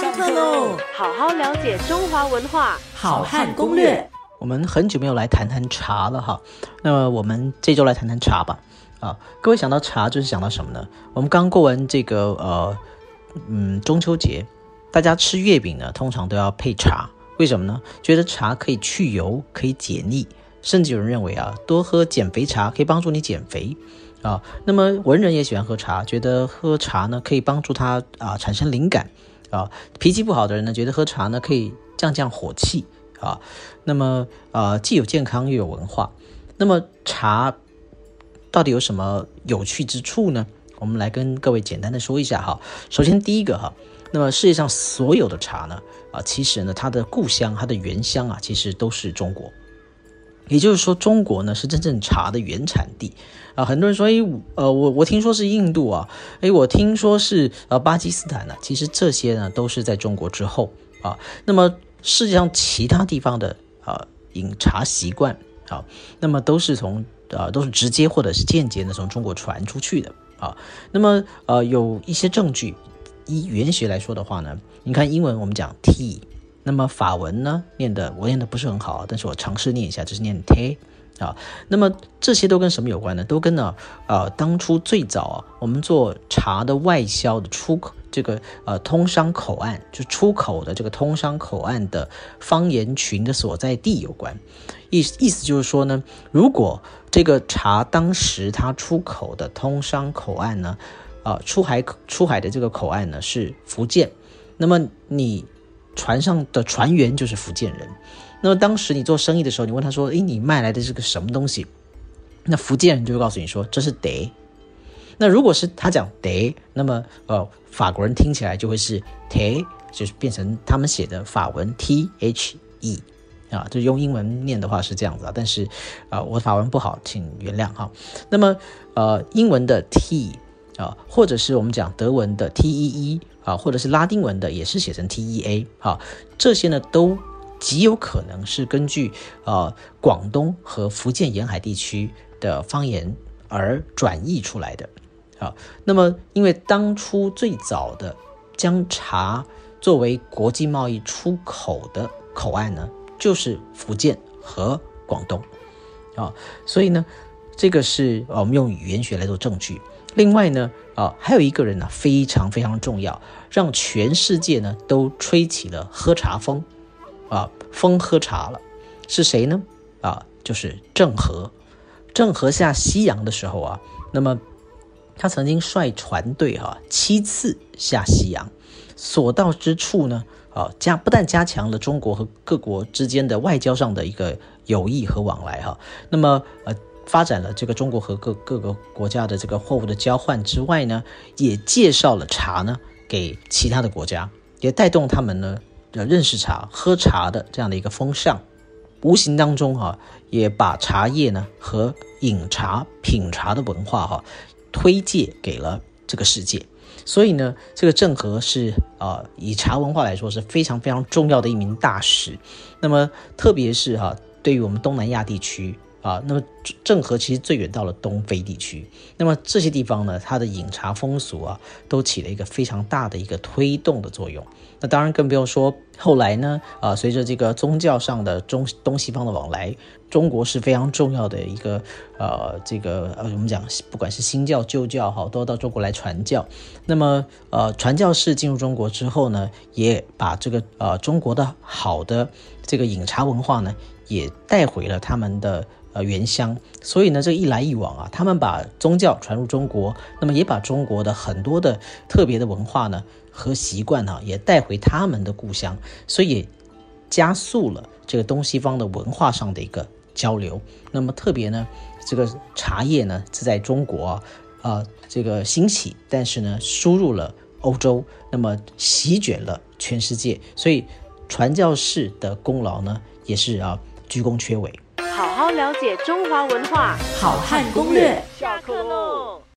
上课喽！ 好好了解中华文化， 好汉攻略。 我们很久没有来谈谈茶了哈，那么我们这周来谈谈茶吧。各位想到茶就是想到什么呢？我们刚过完这个中秋节，大家吃月饼呢，通常都要配茶，为什么呢？觉得茶可以去油，可以解腻，甚至有人认为多喝减肥茶可以帮助你减肥。那么文人也喜欢喝茶，觉得喝茶呢可以帮助他产生灵感脾气不好的人呢，觉得喝茶呢可以降火气那么既有健康又有文化。那么茶到底有什么有趣之处呢？我们来跟各位简单的说一下首先第一个那么世界上所有的茶呢其实呢它的故乡它的原乡其实都是中国。也就是说中国呢是真正茶的原产地很多人说我听说是印度我听说是巴基斯坦其实这些呢都是在中国之后那么世界上其他地方的饮茶习惯那么都是直接或者是间接的从中国传出去的那么有一些证据，以语言学来说的话呢，你看英文我们讲 tea， 那么法文呢我念的不是很好但是我尝试念一下，就是念 te那么这些都跟什么有关呢？都跟当初最早我们做茶的外销的出口这个通商口岸，就出口的这个通商口岸的方言群的所在地有关。意思就是说呢，如果这个茶当时它出口的通商口岸呢出海的这个口岸呢是福建，那么你船上的船员就是福建人。那么当时你做生意的时候，你问他说你卖来的是个什么东西，那福建人就会告诉你说这是茶。那如果是他讲茶，那么法国人听起来就会是茶，就是变成他们写的法文 THE 就用英文念的话是这样子但是我的法文不好，请原谅那么英文的 T或者是我们讲德文的 TEE或者是拉丁文的也是写成 TEA 这些呢都极有可能是根据广东和福建沿海地区的方言而转译出来的那么因为当初最早的将茶作为国际贸易出口的口岸呢就是福建和广东所以呢这个是我们用语言学来做证据。另外呢还有一个人呢非常非常重要，让全世界呢都吹起了喝茶风风喝茶了，是谁呢就是郑和。郑和下西洋的时候那么他曾经率船队7次下西洋，所到之处呢不但加强了中国和各国之间的外交上的一个友谊和往来那么发展了这个中国和各个国家的这个货物的交换之外呢，也介绍了茶呢给其他的国家，也带动他们呢认识茶喝茶的这样的一个风尚，无形当中也把茶叶呢和饮茶品茶的文化推介给了这个世界。所以呢这个郑和是以茶文化来说是非常非常重要的一名大使。那么特别是对于我们东南亚地区那么郑和其实最远到了东非地区，那么这些地方呢它的饮茶风俗都起了一个非常大的一个推动的作用。那当然更不用说后来呢随着这个宗教上的东西方的往来，中国是非常重要的一个我们讲不管是新教旧教都到中国来传教。那么传教士进入中国之后呢，也把这个中国的好的这个饮茶文化呢也带回了他们的原乡。所以呢这一来一往他们把宗教传入中国，那么也把中国的很多的特别的文化呢和习惯也带回他们的故乡，所以也加速了这个东西方的文化上的一个交流。那么特别呢这个茶叶呢是在中国这个兴起，但是呢输入了欧洲，那么席卷了全世界，所以传教士的功劳呢也是居功缺尾。 好好了解中华文化， 好汉攻略。 下课喽。